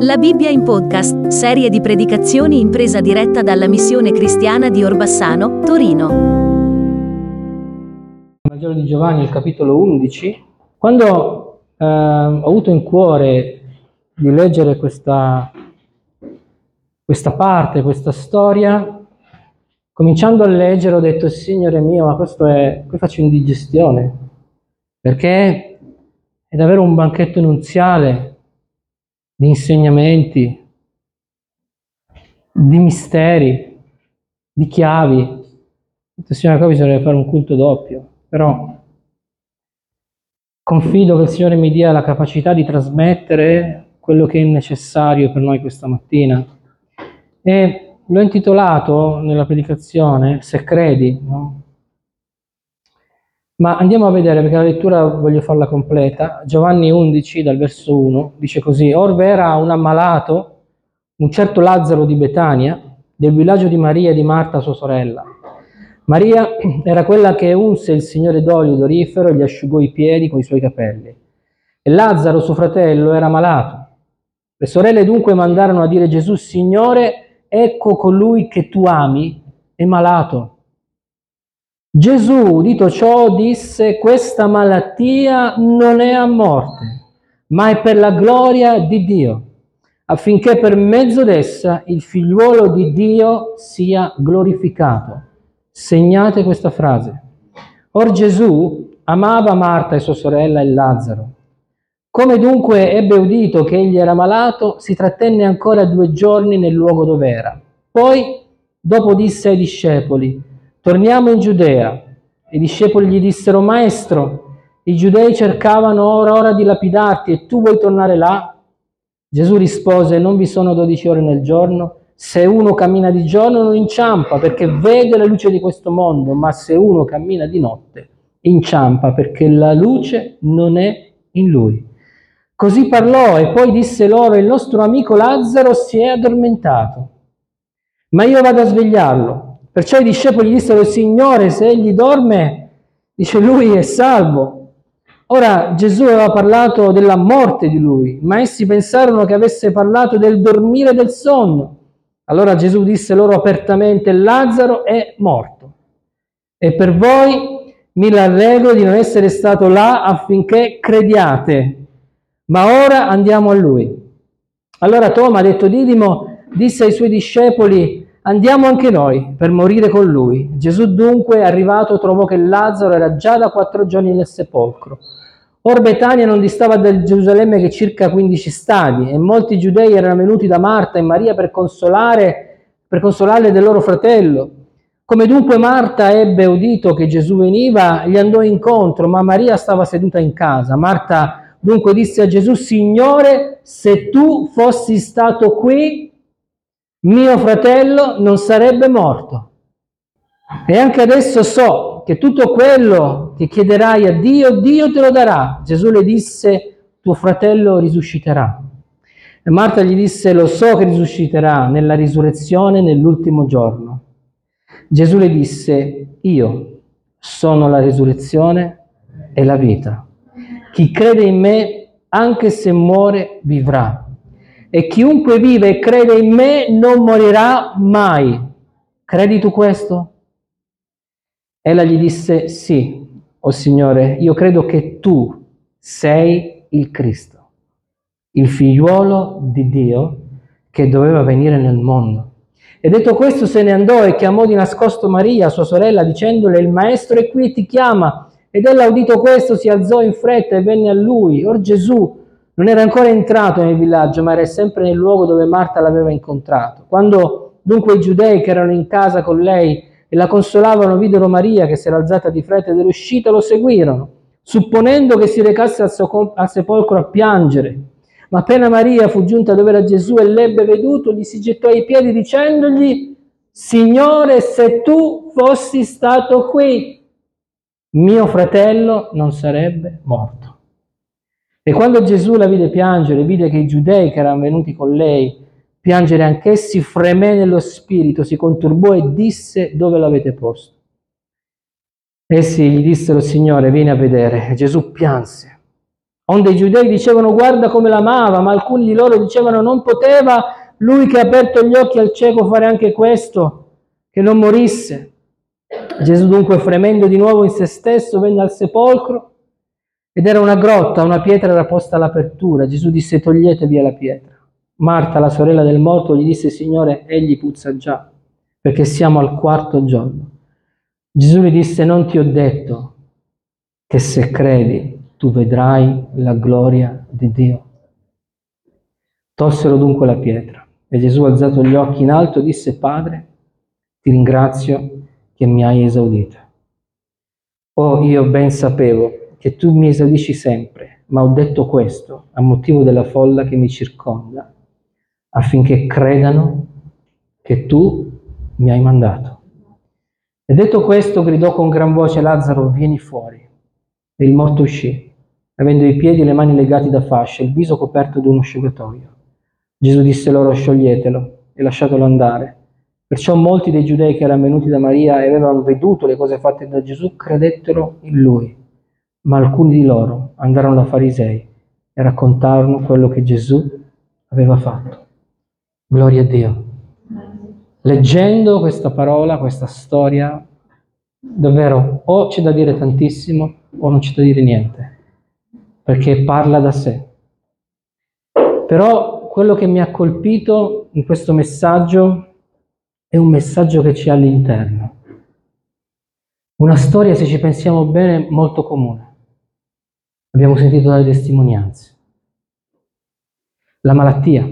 La Bibbia in podcast, serie di predicazioni in presa diretta dalla Missione Cristiana di Orbassano, Torino. Il Vangelo di Giovanni, il capitolo 11. Quando ho avuto in cuore di leggere questa parte, questa storia, cominciando a leggere ho detto: Signore mio, ma qui faccio indigestione, perché è davvero un banchetto nunziale di insegnamenti, di misteri, di chiavi. Ho detto: Signore, qua bisogna fare un culto doppio, però confido che il Signore mi dia la capacità di trasmettere quello che è necessario per noi questa mattina. E l'ho intitolato nella predicazione Se credi, no? Ma andiamo a vedere, perché la lettura voglio farla completa. Giovanni 11, dal verso 1, dice così: Orve era un ammalato, un certo Lazzaro di Betania, del villaggio di Maria e di Marta sua sorella. Maria era quella che unse il Signore d'olio odorifero e gli asciugò i piedi con i suoi capelli. E Lazzaro, suo fratello, era malato. Le sorelle dunque mandarono a dire a Gesù: Signore, ecco colui che tu ami è malato. Gesù, udito ciò, disse: questa malattia non è a morte, ma è per la gloria di Dio, affinché per mezzo d'essa il figliuolo di Dio sia glorificato. Segnate questa frase. Or Gesù amava Marta e sua sorella e Lazzaro. Come dunque ebbe udito che egli era malato, si trattenne ancora 2 giorni nel luogo dove era. Poi, dopo disse ai discepoli: torniamo in Giudea. I discepoli gli dissero: Maestro, i giudei cercavano ora di lapidarti e tu vuoi tornare là? Gesù rispose: non vi sono 12 ore nel giorno? Se uno cammina di giorno non inciampa perché vede la luce di questo mondo, ma se uno cammina di notte inciampa perché la luce non è in lui. Così parlò e poi disse loro: il nostro amico Lazzaro si è addormentato, ma io vado a svegliarlo. Perciò i discepoli dissero: Signore, se egli dorme, dice, lui è salvo. Ora Gesù aveva parlato della morte di lui, ma essi pensarono che avesse parlato del dormire del sonno. Allora Gesù disse loro apertamente: Lazzaro è morto, e per voi mi rallegro di non essere stato là affinché crediate, ma ora andiamo a lui. Allora Toma, detto Didimo, disse ai suoi discepoli: andiamo anche noi per morire con lui. Gesù dunque, arrivato, trovò che Lazzaro era già da 4 giorni nel sepolcro. Or Betania non distava da Gerusalemme che circa 15 stadi, e molti giudei erano venuti da Marta e Maria per consolarle del loro fratello. Come dunque Marta ebbe udito che Gesù veniva, gli andò incontro, ma Maria stava seduta in casa. Marta dunque disse a Gesù: Signore, se tu fossi stato qui, mio fratello non sarebbe morto. E anche adesso so che tutto quello che chiederai a Dio, Dio te lo darà. Gesù le disse: tuo fratello risusciterà. E Marta gli disse: lo so che risusciterà nella risurrezione nell'ultimo giorno. Gesù le disse: io sono la risurrezione e la vita. Chi crede in me, anche se muore, vivrà. E chiunque vive e crede in me non morirà mai. Credi tu questo? Ella gli disse: sì, o Signore, io credo che tu sei il Cristo, il figliuolo di Dio che doveva venire nel mondo. E detto questo se ne andò e chiamò di nascosto Maria, sua sorella, dicendole: il maestro è qui e ti chiama. Ed ella, udito questo, si alzò in fretta e venne a lui. Or Gesù non era ancora entrato nel villaggio, ma era sempre nel luogo dove Marta l'aveva incontrato. Quando dunque i giudei che erano in casa con lei e la consolavano videro Maria che si era alzata di fretta ed era uscita, lo seguirono, supponendo che si recasse al sepolcro a piangere. Ma appena Maria fu giunta dove era Gesù e l'ebbe veduto, gli si gettò ai piedi dicendogli: Signore, se tu fossi stato qui, mio fratello non sarebbe morto. E quando Gesù la vide piangere, vide che i giudei che erano venuti con lei piangere anch'essi, fremé nello spirito, si conturbò e disse: dove l'avete posto? Essi gli dissero: Signore, vieni a vedere. E Gesù pianse. onde i giudei dicevano guarda come l'amava, ma alcuni di loro dicevano non poteva lui che ha aperto gli occhi al cieco fare anche questo, che non morisse. Gesù dunque, fremendo di nuovo in se stesso, venne al sepolcro ed era una grotta, una pietra era posta all'apertura. Gesù disse togliete via la pietra. Marta, la sorella del morto, gli disse Signore, egli puzza già, perché siamo al quarto giorno. Gesù gli disse non ti ho detto che se credi tu vedrai la gloria di Dio. Tolsero dunque la pietra e Gesù, alzato gli occhi in alto, disse Padre, ti ringrazio che mi hai esaudito. Oh, io ben sapevo che tu mi esaudisci sempre, ma ho detto questo a motivo della folla che mi circonda, affinché credano che tu mi hai mandato. E detto questo gridò con gran voce Lazzaro, vieni fuori. E il morto uscì, avendo i piedi e le mani legati da fasce, il viso coperto di un asciugatoio. Gesù disse loro scioglietelo e lasciatelo andare. Perciò molti dei giudei che erano venuti da Maria e avevano veduto le cose fatte da Gesù credettero in lui, ma alcuni di loro andarono da farisei e raccontarono quello che Gesù aveva fatto. Gloria a Dio. Leggendo questa parola, questa storia, davvero o c'è da dire tantissimo o non c'è da dire niente, perché parla da sé. Però quello che mi ha colpito in questo messaggio è un messaggio che c'è all'interno. Una storia, se ci pensiamo bene, molto comune. Abbiamo sentito dalle testimonianze. La malattia,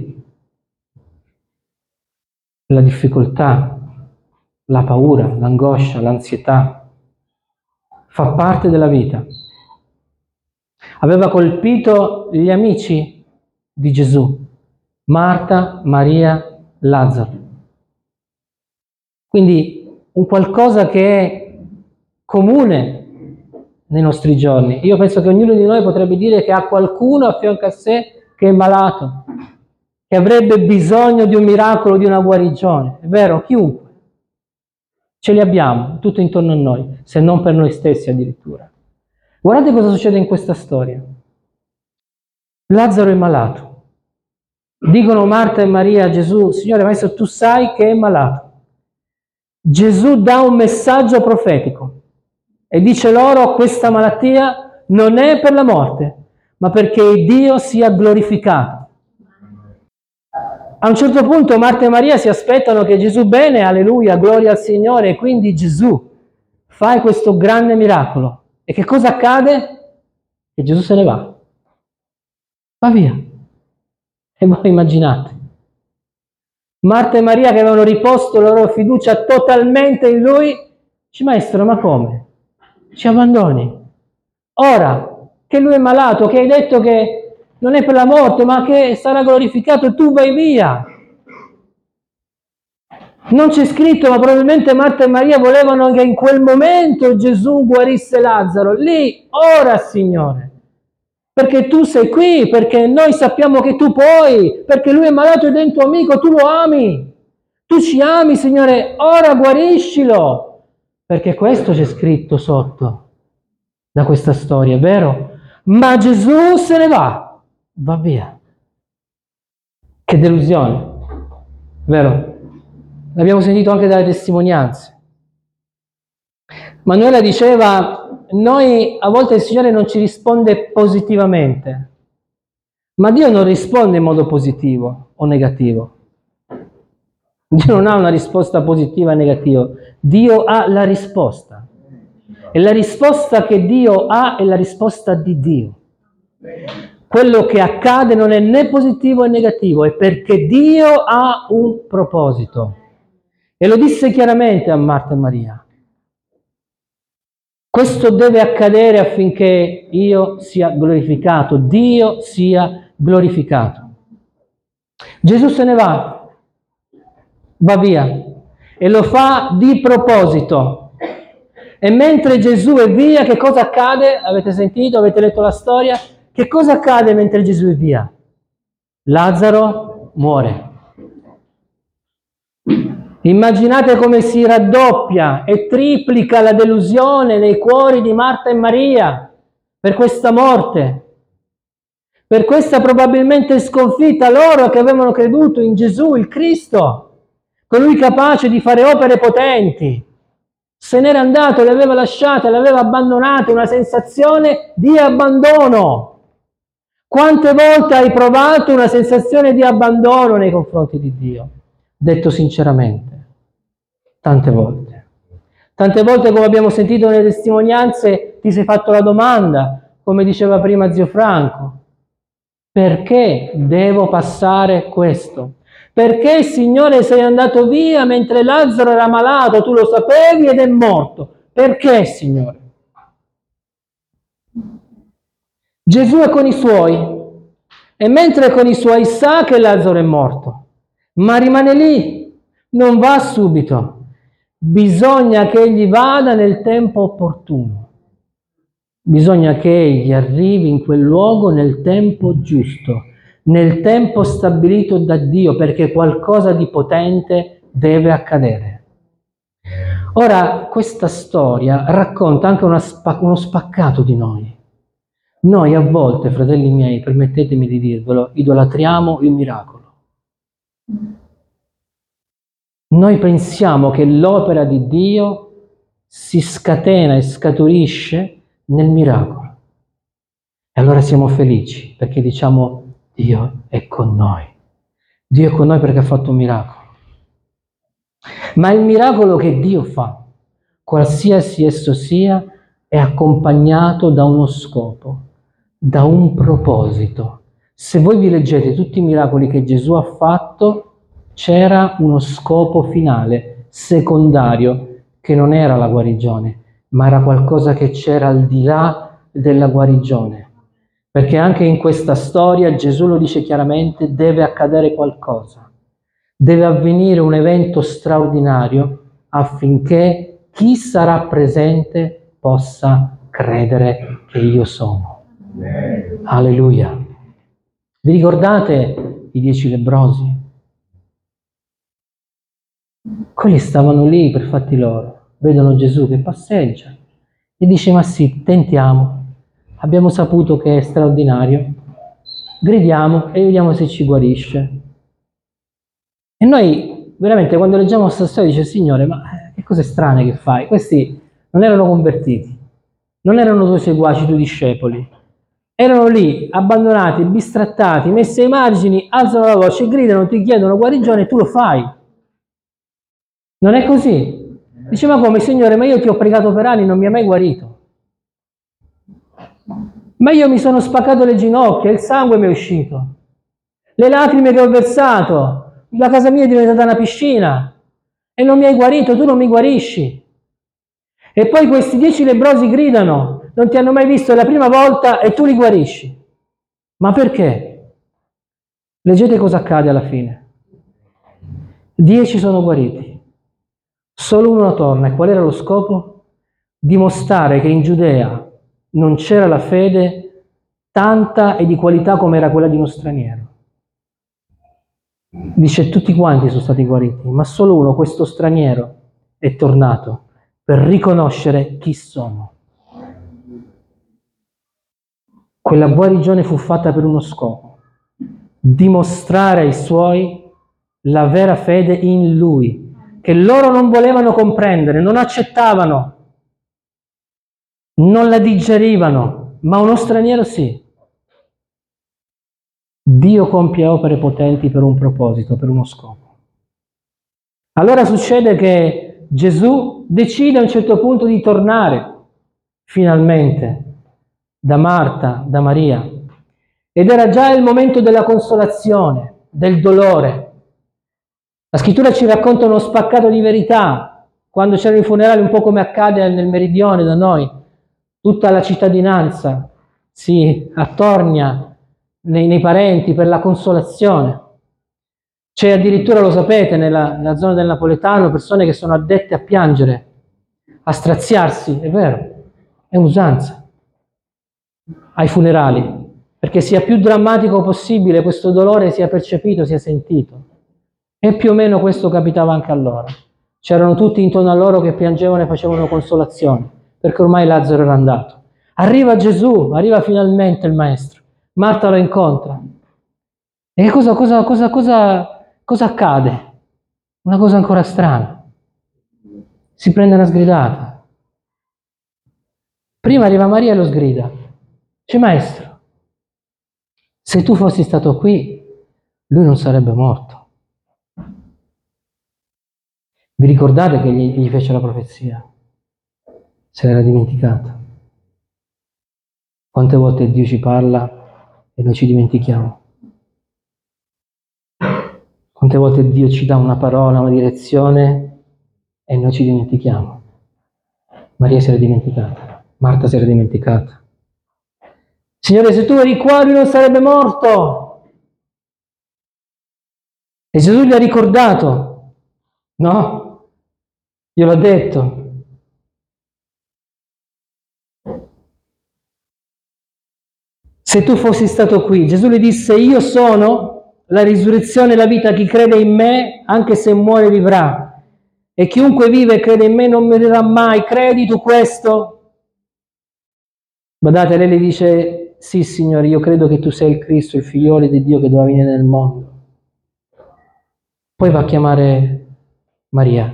la difficoltà, la paura, l'angoscia, l'ansietà, fa parte della vita. Aveva colpito gli amici di Gesù, Marta, Maria, Lazzaro. Quindi un qualcosa che è comune nei nostri giorni. Io penso che ognuno di noi potrebbe dire che ha qualcuno a fianco a sé che è malato, che avrebbe bisogno di un miracolo, di una guarigione. È vero? Chiunque. Ce li abbiamo, tutto intorno a noi, se non per noi stessi addirittura. Guardate cosa succede in questa storia. Lazzaro è malato. Dicono Marta e Maria a Gesù, Signore Maestro, tu sai che è malato. Gesù dà un messaggio profetico e dice loro questa malattia non è per la morte, ma perché Dio sia glorificato. A un certo punto Marta e Maria si aspettano che Gesù, bene, alleluia, gloria al Signore, e quindi Gesù fa questo grande miracolo. E che cosa accade? Che Gesù se ne va. Va via. E voi immaginate. Marta e Maria che avevano riposto la loro fiducia totalmente in Lui, dice, Maestro, ma come? Ci abbandoni? Ora che Lui è malato, che hai detto che non è per la morte, ma che sarà glorificato, tu vai via. Non c'è scritto, ma probabilmente Marta e Maria volevano che in quel momento Gesù guarisse Lazzaro. Lì, ora, Signore. Perché tu sei qui, perché noi sappiamo che tu puoi, perché lui è malato ed è un tuo amico, tu lo ami. Tu ci ami, Signore, ora guariscilo. Perché questo c'è scritto sotto da questa storia, è vero? Ma Gesù se ne va via. Che delusione, vero? L'abbiamo sentito anche dalle testimonianze. Manuela diceva, noi a volte il Signore non ci risponde positivamente, ma Dio non risponde in modo positivo o negativo. Dio non ha una risposta positiva e negativa, Dio ha la risposta. E la risposta che Dio ha è la risposta di Dio. Quello che accade non è né positivo né negativo, è perché Dio ha un proposito. E lo disse chiaramente a Marta e Maria. Questo deve accadere affinché io sia glorificato, Dio sia glorificato. Gesù se ne va via e lo fa di proposito. E mentre Gesù è via, che cosa accade? Avete sentito? Avete letto la storia? Che cosa accade mentre Gesù è via? Lazzaro muore. Immaginate come si raddoppia e triplica la delusione nei cuori di Marta e Maria per questa morte. per questa probabilmente sconfitta loro che avevano creduto in Gesù, il Cristo, colui capace di fare opere potenti. Se n'era andato, le aveva lasciate, le aveva abbandonate, una sensazione di abbandono. Quante volte hai provato una sensazione di abbandono nei confronti di Dio? Detto sinceramente, tante volte. Tante volte, come abbiamo sentito nelle testimonianze, ti sei fatto la domanda, come diceva prima zio Franco, perché devo passare questo? Perché, Signore, sei andato via mentre Lazzaro era malato, tu lo sapevi ed è morto? Perché, Signore? Gesù è con i suoi e mentre è con i suoi sa che Lazzaro è morto, ma rimane lì, non va subito. Bisogna che egli vada nel tempo opportuno. Bisogna che egli arrivi in quel luogo nel tempo giusto, nel tempo stabilito da Dio, perché qualcosa di potente deve accadere. Ora, questa storia racconta anche uno spaccato di noi. Noi a volte, fratelli miei, permettetemi di dirvelo, idolatriamo il miracolo. Noi pensiamo che l'opera di Dio si scatena e scaturisce nel miracolo. E allora siamo felici perché diciamo Dio è con noi. Dio è con noi perché ha fatto un miracolo. Ma il miracolo che Dio fa, qualsiasi esso sia, è accompagnato da uno scopo, da un proposito. Se voi vi leggete tutti i miracoli che Gesù ha fatto, c'era uno scopo finale, secondario, che non era la guarigione, ma era qualcosa che c'era al di là della guarigione. Perché anche in questa storia, Gesù lo dice chiaramente, deve accadere qualcosa. Deve avvenire un evento straordinario affinché chi sarà presente possa credere che io sono. Alleluia. Vi ricordate i 10 lebbrosi? Quelli stavano lì per fatti loro, vedono Gesù che passeggia e dice: ma sì, tentiamo, abbiamo saputo che è straordinario, gridiamo e vediamo se ci guarisce. E noi veramente quando leggiamo questa storia dice: Signore, ma che cose strane che fai? Questi non erano convertiti, non erano tuoi seguaci, tuoi discepoli, erano lì abbandonati, bistrattati, messi ai margini, alzano la voce, gridano, ti chiedono guarigione e tu lo fai. Non è così? Dice: ma come, Signore, ma io ti ho pregato per anni, non mi hai mai guarito. Ma io mi sono spaccato le ginocchia, il sangue mi è uscito, le lacrime che ho versato, la casa mia è diventata una piscina e non mi hai guarito, tu non mi guarisci. E poi questi 10 lebbrosi gridano: non ti hanno mai visto, è la prima volta e tu li guarisci. Ma perché? Leggete cosa accade alla fine. 10 sono guariti. Solo uno torna. E qual era lo scopo? Dimostrare che in Giudea non c'era la fede tanta e di qualità come era quella di uno straniero. Dice: tutti quanti sono stati guariti, ma solo uno, questo straniero, è tornato per riconoscere chi sono. Quella guarigione fu fatta per uno scopo: dimostrare ai suoi la vera fede in Lui, che loro non volevano comprendere, non accettavano, non la digerivano, ma uno straniero sì. Dio compie opere potenti per un proposito, per uno scopo. Allora succede che Gesù decide a un certo punto di tornare, finalmente, da Marta, da Maria. Ed era già il momento della consolazione, del dolore. La scrittura ci racconta uno spaccato di verità, quando c'erano i funerali, un po' come accade nel meridione da noi. Tutta la cittadinanza si attornia nei parenti per la consolazione. C'è addirittura, lo sapete, nella zona del Napoletano, persone che sono addette a piangere, a straziarsi, è vero, è un'usanza, ai funerali, perché sia più drammatico possibile questo dolore sia percepito, sia sentito. E più o meno questo capitava anche a loro. C'erano tutti intorno a loro che piangevano e facevano consolazione, perché ormai Lazzaro era andato. Arriva Gesù, arriva finalmente il Maestro. Marta lo incontra. E cosa accade? Una cosa ancora strana. Si prende una sgridata. Prima arriva Maria e lo sgrida. Dice: Maestro, se tu fossi stato qui, lui non sarebbe morto. Vi ricordate che gli fece la profezia? Se l'era dimenticata. Quante volte Dio ci parla e noi ci dimentichiamo? Quante volte Dio ci dà una parola, una direzione e noi ci dimentichiamo? Maria si era dimenticata, Marta si era dimenticata. Signore, se tu eri qua, lui non sarebbe morto. E Gesù gli ha ricordato: no, io l'ho detto. Se tu fossi stato qui, Gesù gli disse: io sono la risurrezione e la vita, chi crede in me, anche se muore vivrà. E chiunque vive e crede in me non morirà mai. Credi tu questo? Guardate, lei le dice: sì, Signore, io credo che tu sei il Cristo, il figliolo di Dio che doveva venire nel mondo. Poi va a chiamare Maria.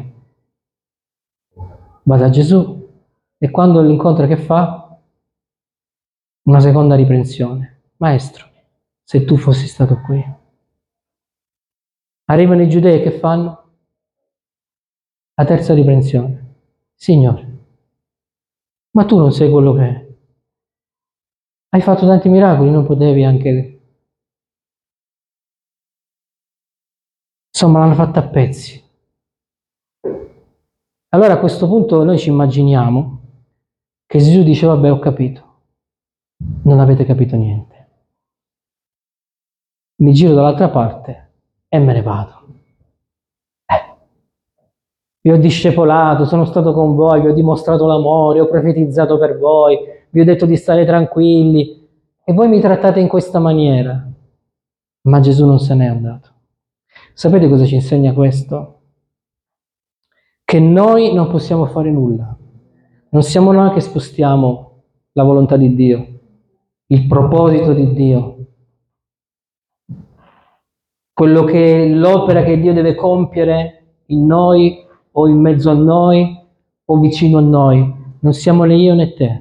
Va da Gesù e quando l'incontra che fa? Una seconda riprensione. Maestro, se tu fossi stato qui. Arrivano i giudei, che fanno? La terza riprensione. Signore, ma tu non sei quello che è. Hai fatto tanti miracoli, non potevi anche... Insomma, l'hanno fatta a pezzi. Allora a questo punto noi ci immaginiamo che Gesù dice: vabbè, ho capito, non avete capito niente. Mi giro dall'altra parte e me ne vado. Vi ho discepolato, sono stato con voi, vi ho dimostrato l'amore, ho profetizzato per voi, vi ho detto di stare tranquilli e voi mi trattate in questa maniera. Ma Gesù non se n'è andato. Sapete cosa ci insegna questo? Che noi non possiamo fare nulla. Non siamo noi che spostiamo la volontà di Dio, il proposito di Dio. Quello che l'opera che Dio deve compiere in noi o in mezzo a noi o vicino a noi. Non siamo né io né te.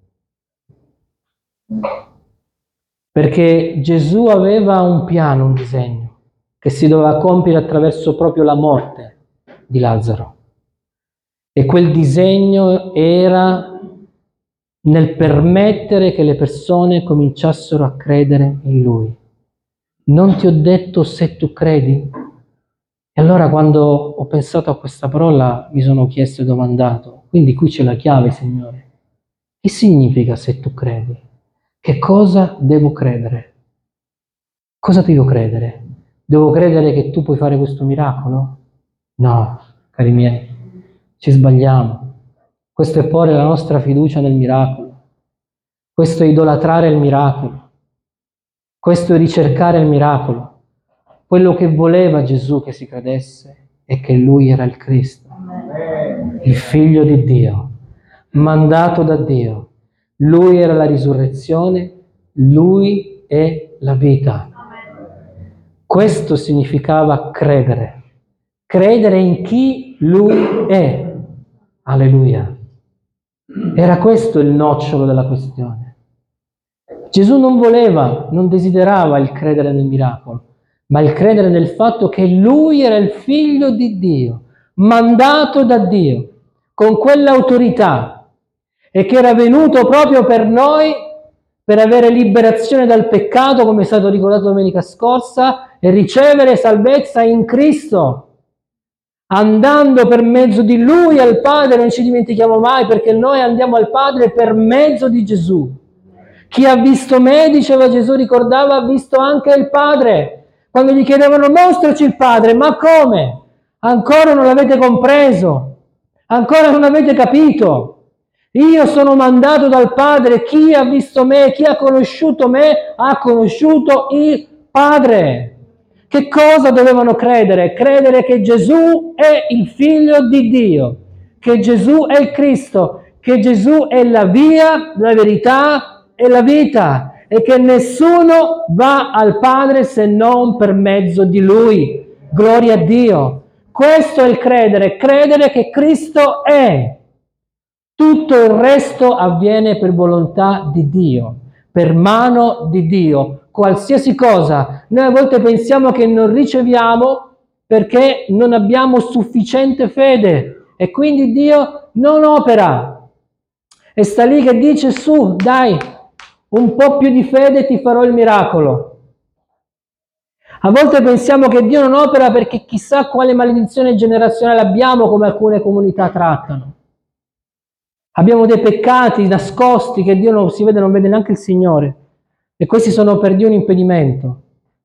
Perché Gesù aveva un piano, un disegno, che si doveva compiere attraverso proprio la morte di Lazzaro. E quel disegno era nel permettere che le persone cominciassero a credere in Lui. Non ti ho detto se tu credi? E allora quando ho pensato a questa parola mi sono chiesto e domandato, quindi qui c'è la chiave, Signore. Che significa se tu credi? Che cosa devo credere? Cosa devo credere? Devo credere che tu puoi fare questo miracolo? No, cari miei, ci sbagliamo. Questo è porre la nostra fiducia nel miracolo. Questo è idolatrare il miracolo. Questo è ricercare il miracolo. Quello che voleva Gesù che si credesse è che Lui era il Cristo, il Figlio di Dio, mandato da Dio. Lui era la risurrezione, Lui è la vita. Questo significava credere. Credere in chi Lui è. Alleluia. Era questo il nocciolo della questione. Gesù non voleva, non desiderava il credere nel miracolo, ma il credere nel fatto che Lui era il Figlio di Dio, mandato da Dio, con quell'autorità, e che era venuto proprio per noi, per avere liberazione dal peccato, come è stato ricordato domenica scorsa, e ricevere salvezza in Cristo. Andando per mezzo di Lui al Padre, non ci dimentichiamo mai, perché noi andiamo al Padre per mezzo di Gesù. Chi ha visto me, diceva Gesù, ricordava, ha visto anche il Padre. Quando gli chiedevano: mostraci il Padre, ma come? Ancora non l'avete compreso, ancora non avete capito. Io sono mandato dal Padre, chi ha visto me, chi ha conosciuto me, ha conosciuto il Padre. Che cosa dovevano credere? Credere che Gesù è il Figlio di Dio, che Gesù è il Cristo, che Gesù è la via, la verità e la vita, e che nessuno va al Padre se non per mezzo di Lui. Gloria a Dio. Questo è il credere che Cristo è. Tutto il resto avviene per volontà di Dio, per mano di Dio. Qualsiasi cosa. Noi a volte pensiamo che non riceviamo perché non abbiamo sufficiente fede e quindi Dio non opera. E sta lì che dice: su, dai, un po' più di fede, ti farò il miracolo. A volte pensiamo che Dio non opera perché chissà quale maledizione generazionale abbiamo, come alcune comunità trattano. Abbiamo dei peccati nascosti che Dio non si vede, non vede neanche il Signore. E questi sono per Dio un impedimento.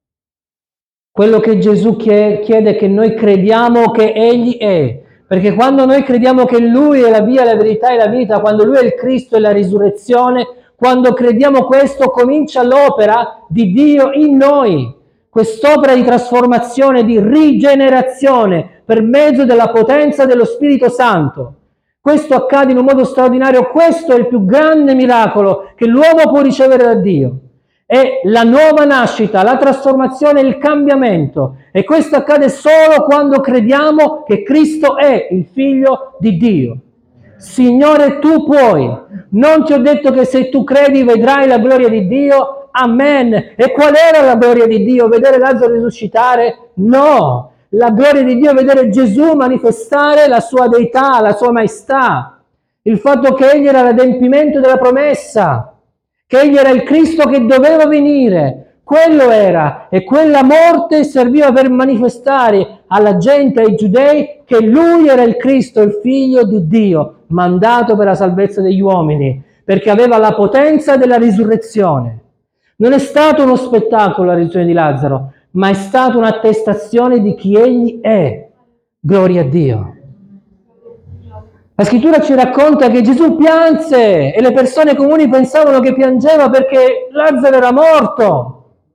Quello che Gesù chiede è che noi crediamo che Egli è. Perché quando noi crediamo che Lui è la via, la verità e la vita, quando Lui è il Cristo e la risurrezione, quando crediamo questo, comincia l'opera di Dio in noi. Quest'opera di trasformazione, di rigenerazione, per mezzo della potenza dello Spirito Santo. Questo accade in un modo straordinario. Questo è il più grande miracolo che l'uomo può ricevere da Dio. È la nuova nascita, la trasformazione, il cambiamento. E questo accade solo quando crediamo che Cristo è il Figlio di Dio. Signore, tu puoi. Non ti ho detto che se tu credi vedrai la gloria di Dio? Amen. E qual era la gloria di Dio? Vedere Lazzaro risuscitare? No. La gloria di Dio è vedere Gesù manifestare la sua deità, la sua maestà. Il fatto che Egli era l'adempimento della promessa, che Egli era il Cristo che doveva venire. Quello era. E quella morte serviva per manifestare alla gente, ai giudei, che Lui era il Cristo, il Figlio di Dio, mandato per la salvezza degli uomini, perché aveva la potenza della risurrezione. Non è stato uno spettacolo la risurrezione di Lazzaro, ma è stata un'attestazione di chi Egli è. Gloria a Dio. La scrittura ci racconta che Gesù pianse e le persone comuni pensavano che piangeva perché Lazzaro era morto.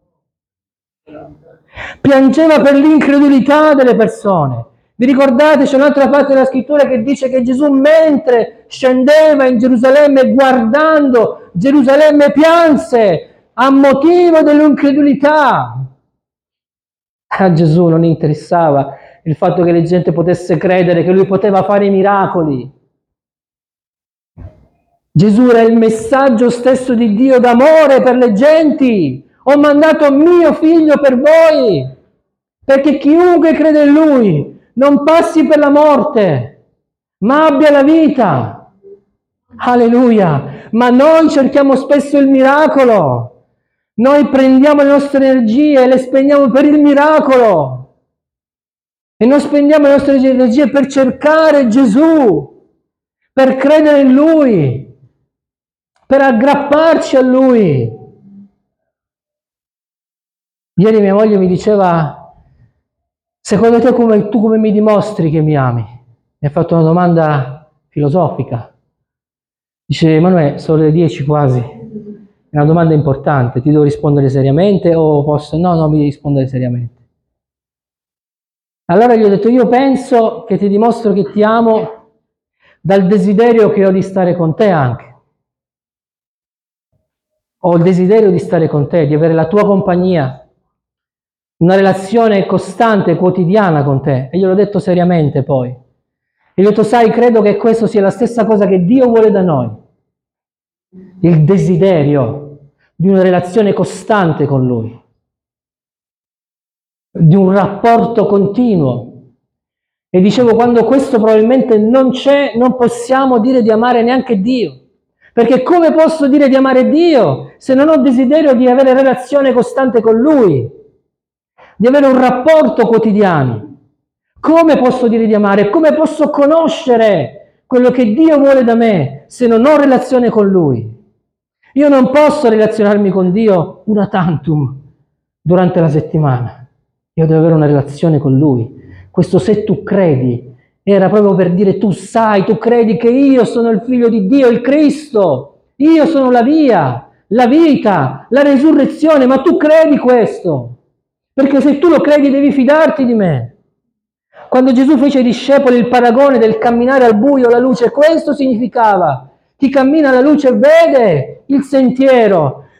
Piangeva per l'incredulità delle persone. Vi ricordate, c'è un'altra parte della scrittura che dice che Gesù, mentre scendeva in Gerusalemme, guardando Gerusalemme, pianse a motivo dell'incredulità. A Gesù non interessava il fatto che la gente potesse credere che Lui poteva fare i miracoli. Gesù era il messaggio stesso di Dio d'amore per le genti. Ho mandato mio figlio per voi, perché chiunque crede in Lui non passi per la morte, ma abbia la vita. Alleluia! Ma noi cerchiamo spesso il miracolo. Noi prendiamo le nostre energie e le spendiamo per il miracolo. E non spendiamo le nostre energie per cercare Gesù, per credere in Lui, per aggrapparci a Lui. Ieri mia moglie mi diceva: secondo te tu come mi dimostri che mi ami? Mi ha fatto una domanda filosofica. Dice: Emanuele, sono le 10 quasi, è una domanda importante, ti devo rispondere seriamente o posso? No, mi devi rispondere seriamente. Allora gli ho detto: io penso che ti dimostro che ti amo dal desiderio che ho di stare con te anche. Ho il desiderio di stare con te, di avere la tua compagnia, una relazione costante, quotidiana con te. E gliel'ho detto seriamente poi. E gli ho detto: sai, credo che questo sia la stessa cosa che Dio vuole da noi. Il desiderio di una relazione costante con Lui, di un rapporto continuo. E dicevo, quando questo probabilmente non c'è, non possiamo dire di amare neanche Dio. Perché come posso dire di amare Dio se non ho desiderio di avere relazione costante con Lui? Di avere un rapporto quotidiano? Come posso dire di amare? Come posso conoscere quello che Dio vuole da me se non ho relazione con Lui? Io non posso relazionarmi con Dio una tantum durante la settimana. Io devo avere una relazione con Lui. Questo se tu credi era proprio per dire: tu sai, tu credi che io sono il Figlio di Dio, il Cristo. Io sono la via, la vita, la resurrezione, ma tu credi questo. Perché se tu lo credi devi fidarti di me. Quando Gesù fece ai discepoli il paragone del camminare al buio alla luce, questo significava: chi cammina alla luce vede il sentiero,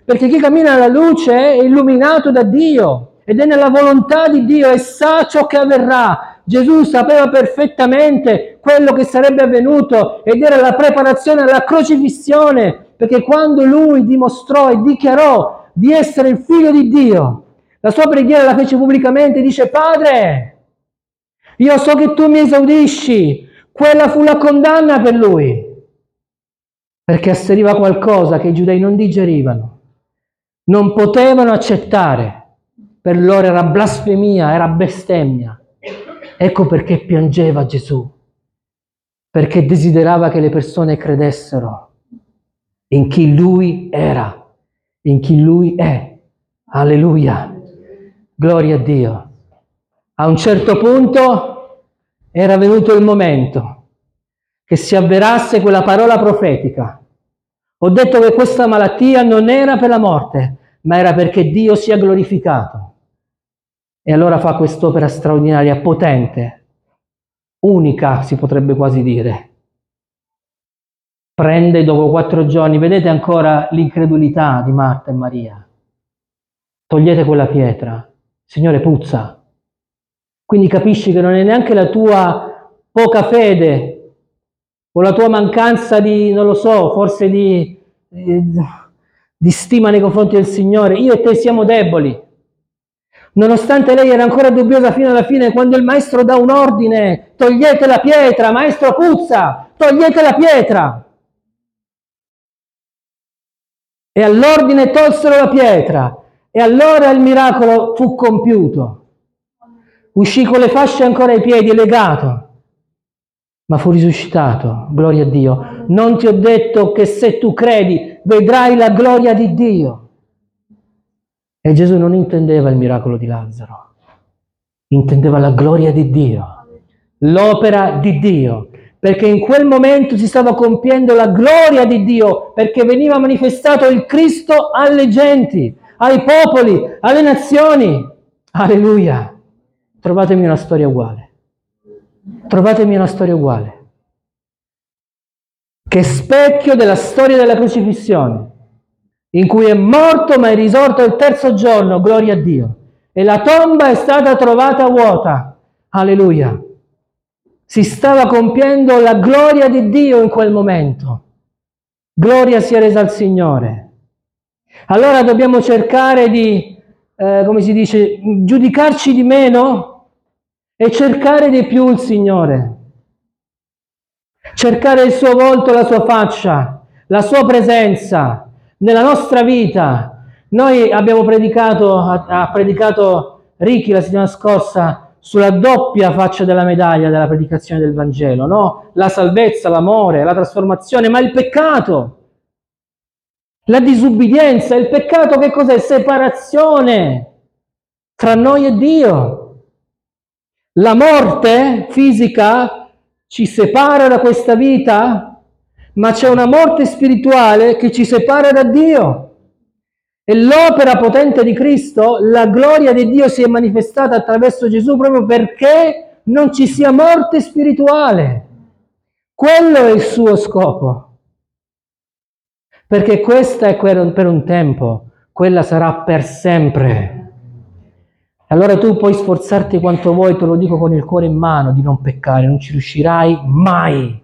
Perché chi cammina nella luce è illuminato da Dio ed è nella volontà di Dio e sa ciò che avverrà. Gesù sapeva perfettamente quello che sarebbe avvenuto ed era la preparazione alla crocifissione, perché quando lui dimostrò e dichiarò di essere il figlio di Dio, la sua preghiera la fece pubblicamente, dice: Padre, io so che tu mi esaudisci. Quella fu la condanna per lui, perché asseriva qualcosa che i giudei non digerivano, non potevano accettare. Per loro era blasfemia, era bestemmia. Ecco perché piangeva Gesù, perché desiderava che le persone credessero in chi lui era, in chi lui è. Alleluia, gloria a Dio. A un certo punto era venuto il momento che si avverasse quella parola profetica. Ho detto che questa malattia non era per la morte, ma era perché Dio sia glorificato. E allora fa quest'opera straordinaria, potente, unica, si potrebbe quasi dire. Prende dopo 4 giorni, vedete ancora l'incredulità di Marta e Maria. Togliete quella pietra, Signore, puzza. Quindi capisci che non è neanche la tua poca fede o la tua mancanza di, non lo so, forse di stima nei confronti del Signore. Io e te siamo deboli. Nonostante lei era ancora dubbiosa fino alla fine, quando il maestro dà un ordine: togliete la pietra, maestro puzza, togliete la pietra. E all'ordine tolsero la pietra, e allora il miracolo fu compiuto. Uscì con le fasce ancora ai piedi, legato, ma fu risuscitato, gloria a Dio. Non ti ho detto che se tu credi vedrai la gloria di Dio? E Gesù non intendeva il miracolo di Lazzaro, intendeva la gloria di Dio, l'opera di Dio, perché in quel momento si stava compiendo la gloria di Dio, perché veniva manifestato il Cristo alle genti, ai popoli, alle nazioni. Alleluia! Trovatemi una storia uguale. Trovatemi una storia uguale, che è specchio della storia della crocifissione, in cui è morto ma è risorto il 3° giorno, gloria a Dio, e la tomba è stata trovata vuota. Alleluia! Si stava compiendo la gloria di Dio in quel momento. Gloria sia resa al Signore. Allora dobbiamo cercare di, come si dice, giudicarci di meno e cercare di più il Signore. Cercare il suo volto, la sua faccia, la sua presenza nella nostra vita. Noi abbiamo predicato, ha predicato Ricky la settimana scorsa sulla doppia faccia della medaglia della predicazione del Vangelo, no? La salvezza, l'amore, la trasformazione, ma il peccato, la disubbidienza. Il peccato che cos'è? Separazione tra noi e Dio. La morte fisica ci separa da questa vita, ma c'è una morte spirituale che ci separa da Dio. E l'opera potente di Cristo, la gloria di Dio si è manifestata attraverso Gesù proprio perché non ci sia morte spirituale. Quello è il suo scopo. Perché questa è per un tempo, quella sarà per sempre. Allora tu puoi sforzarti quanto vuoi, te lo dico con il cuore in mano, di non peccare, non ci riuscirai mai.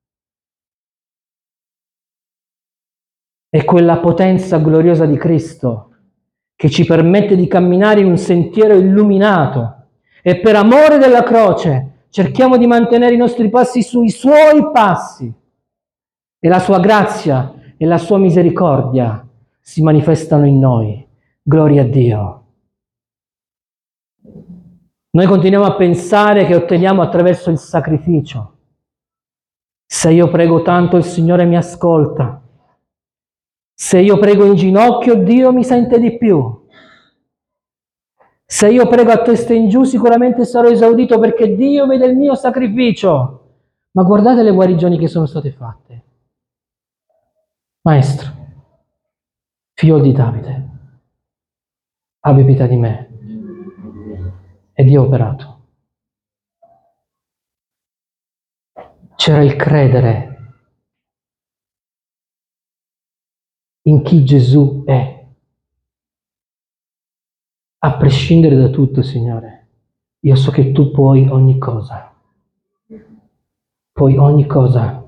È quella potenza gloriosa di Cristo che ci permette di camminare in un sentiero illuminato e per amore della croce cerchiamo di mantenere i nostri passi sui suoi passi e la sua grazia e la sua misericordia si manifestano in noi. Gloria a Dio. Noi continuiamo a pensare che otteniamo attraverso il sacrificio. Se io prego tanto il Signore mi ascolta. Se io prego in ginocchio Dio mi sente di più. Se io prego a testa in giù sicuramente sarò esaudito perché Dio vede il mio sacrificio. Ma guardate le guarigioni che sono state fatte. Maestro, figlio di Davide, abbi pietà di me. E Dio ha operato. C'era il credere in chi Gesù è. A prescindere da tutto, Signore, io so che tu puoi ogni cosa. Puoi ogni cosa.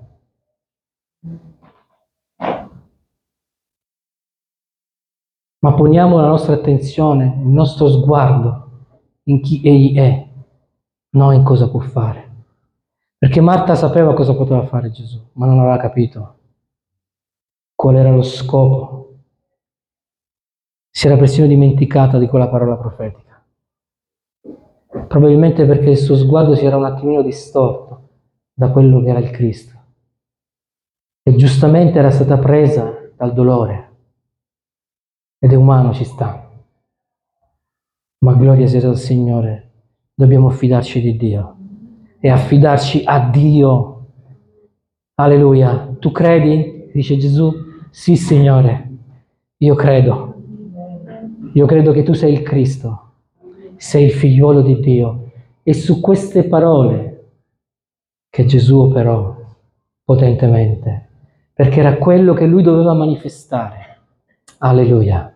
Ma poniamo la nostra attenzione, il nostro sguardo in chi Egli è, non in cosa può fare. Perché Marta sapeva cosa poteva fare Gesù, ma non aveva capito qual era lo scopo. Si era persino dimenticata di quella parola profetica. Probabilmente perché il suo sguardo si era un attimino distorto da quello che era il Cristo. E giustamente era stata presa dal dolore. Ed è umano, ci sta. Ma gloria sia al Signore. Dobbiamo affidarci di Dio. E affidarci a Dio. Alleluia. Tu credi? Dice Gesù. Sì, Signore. Io credo. Io credo che tu sei il Cristo. Sei il figliuolo di Dio. E su queste parole che Gesù operò potentemente. Perché era quello che lui doveva manifestare. Alleluia.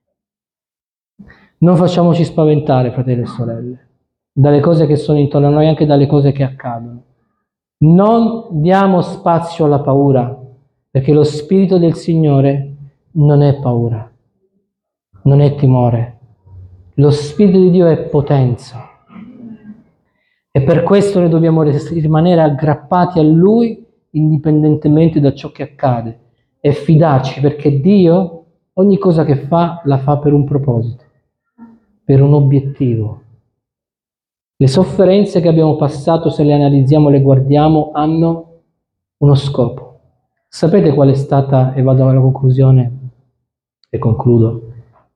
Non facciamoci spaventare, fratelli e sorelle, dalle cose che sono intorno a noi, anche dalle cose che accadono. Non diamo spazio alla paura, perché lo Spirito del Signore non è paura, non è timore. Lo Spirito di Dio è potenza. E per questo noi dobbiamo rimanere aggrappati a Lui, indipendentemente da ciò che accade, e fidarci, perché Dio, ogni cosa che fa, la fa per un proposito. Per un obiettivo. Le sofferenze che abbiamo passato, se le analizziamo, le guardiamo, hanno uno scopo. Sapete qual è stata, e vado alla conclusione e concludo,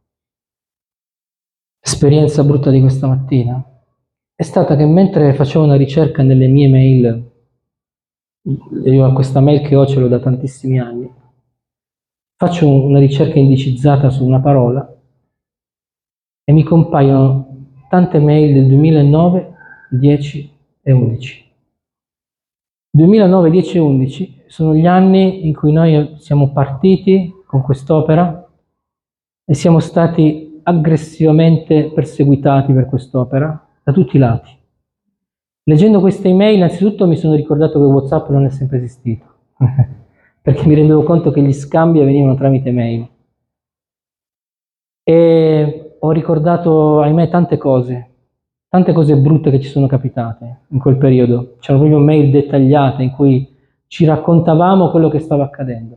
l'esperienza brutta di questa mattina? È stata che mentre facevo una ricerca nelle mie mail, io questa mail che ho ce l'ho da tantissimi anni, faccio una ricerca indicizzata su una parola e mi compaiono tante mail del 2009, 10 e 11. 2009, 10 e 11 sono gli anni in cui noi siamo partiti con quest'opera e siamo stati aggressivamente perseguitati per quest'opera da tutti i lati. Leggendo queste email, innanzitutto mi sono ricordato che WhatsApp non è sempre esistito, perché mi rendevo conto che gli scambi avvenivano tramite mail. E ho ricordato, ahimè, tante cose brutte che ci sono capitate in quel periodo. C'erano proprio mail dettagliate in cui ci raccontavamo quello che stava accadendo.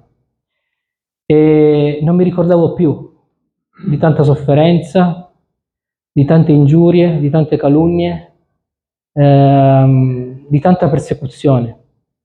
E non mi ricordavo più di tanta sofferenza, di tante ingiurie, di tante calunnie, di tanta persecuzione.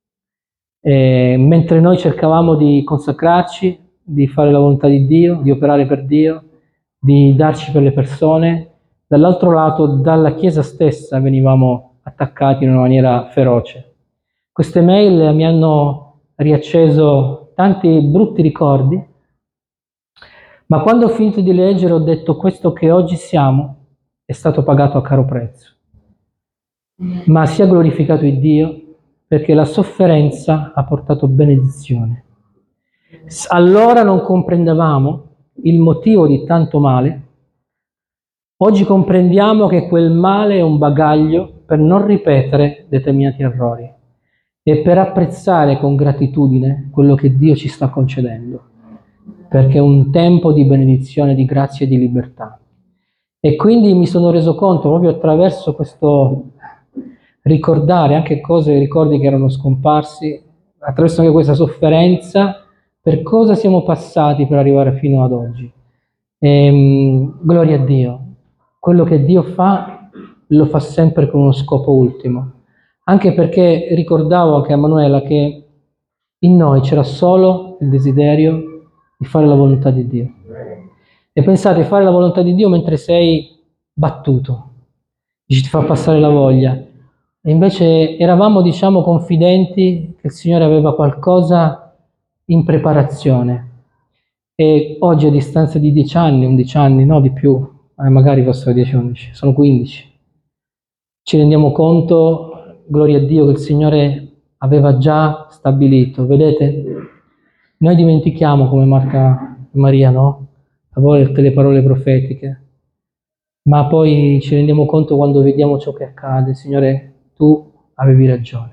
Mentre noi cercavamo di consacrarci, di fare la volontà di Dio, di operare per Dio, di darci per le persone, dall'altro lato, dalla Chiesa stessa venivamo attaccati in una maniera feroce. Queste mail mi hanno riacceso tanti brutti ricordi, ma quando ho finito di leggere ho detto: questo che oggi siamo è stato pagato a caro prezzo. Ma sia glorificato il Dio, perché la sofferenza ha portato benedizione. Allora non comprendevamo il motivo di tanto male. Oggi comprendiamo che quel male è un bagaglio per non ripetere determinati errori e per apprezzare con gratitudine quello che Dio ci sta concedendo, perché è un tempo di benedizione, di grazia e di libertà. E quindi mi sono reso conto, proprio attraverso questo ricordare anche ricordi che erano scomparsi, attraverso anche questa sofferenza, per cosa siamo passati per arrivare fino ad oggi. Gloria a Dio. Quello che Dio fa, lo fa sempre con uno scopo ultimo. Anche perché ricordavo anche a Manuela che in noi c'era solo il desiderio di fare la volontà di Dio. E pensate, fare la volontà di Dio mentre sei battuto, dici, ti fa passare la voglia. E invece eravamo, diciamo, confidenti che il Signore aveva qualcosa in preparazione. E oggi, a distanza di 10 anni, 11 anni, no di più, magari fossero 10-11, sono 15, ci rendiamo conto, gloria a Dio, che il Signore aveva già stabilito. Vedete? Noi dimentichiamo, come Marta e Maria, no? A volte le parole profetiche. ma poi ci rendiamo conto quando vediamo ciò che accade, Signore, tu avevi ragione.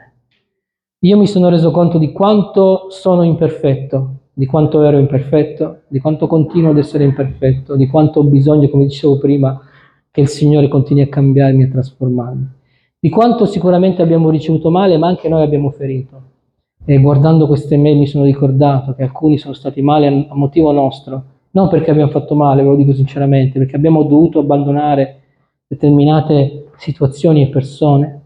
Io mi sono reso conto di quanto sono imperfetto, di quanto ero imperfetto, di quanto continuo ad essere imperfetto, di quanto ho bisogno, come dicevo prima, che il Signore continui a cambiarmi e a trasformarmi, di quanto sicuramente abbiamo ricevuto male, ma anche noi abbiamo ferito. E guardando queste mail mi sono ricordato che alcuni sono stati male a motivo nostro, non perché abbiamo fatto male, ve lo dico sinceramente, perché abbiamo dovuto abbandonare determinate situazioni e persone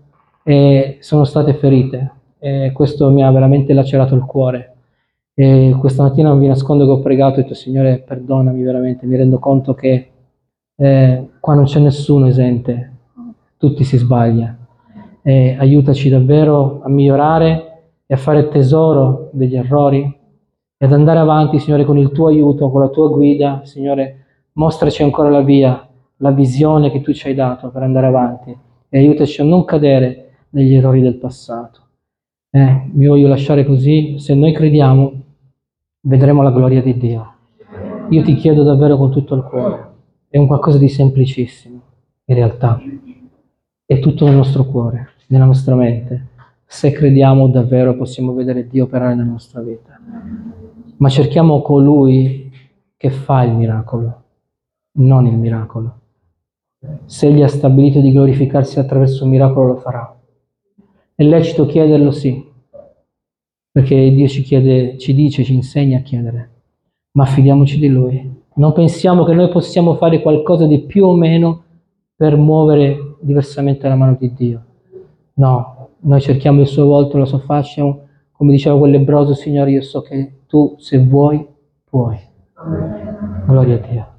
e sono state ferite. E questo mi ha veramente lacerato il cuore. E questa mattina non vi nascondo che ho pregato e ho detto: Signore, perdonami veramente, mi rendo conto che qua non c'è nessuno esente, tutti si sbaglia. Aiutaci davvero a migliorare e a fare tesoro degli errori e ad andare avanti, Signore, con il tuo aiuto, con la tua guida. Signore, mostraci ancora la via, la visione che tu ci hai dato per andare avanti e aiutaci a non cadere negli errori del passato. Vi voglio lasciare così. Se noi crediamo, vedremo la gloria di Dio. Io ti chiedo davvero con tutto il cuore, è un qualcosa di semplicissimo, in realtà, è tutto nel nostro cuore, nella nostra mente. Se crediamo davvero possiamo vedere Dio operare nella nostra vita. Ma cerchiamo colui che fa il miracolo, non il miracolo. Se Egli ha stabilito di glorificarsi attraverso un miracolo, lo farà. È lecito chiederlo, sì, perché Dio ci chiede, ci dice, ci insegna a chiedere, ma fidiamoci di Lui. Non pensiamo che noi possiamo fare qualcosa di più o meno per muovere diversamente la mano di Dio. No, noi cerchiamo il suo volto, la sua faccia, come diceva quell'ebreo: Signore, io so che tu, se vuoi, puoi. Gloria a Dio.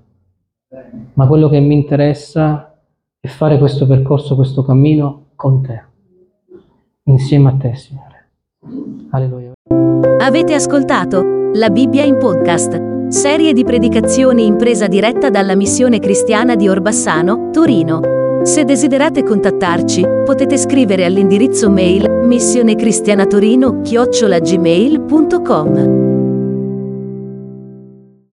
Ma quello che mi interessa è fare questo percorso, questo cammino con te, insieme a te, Signore. Alleluia. Avete ascoltato La Bibbia in podcast, serie di predicazioni in presa diretta dalla Missione Cristiana di Orbassano, Torino. Se desiderate contattarci, potete scrivere all'indirizzo mail missionecristianatorino@gmail.com.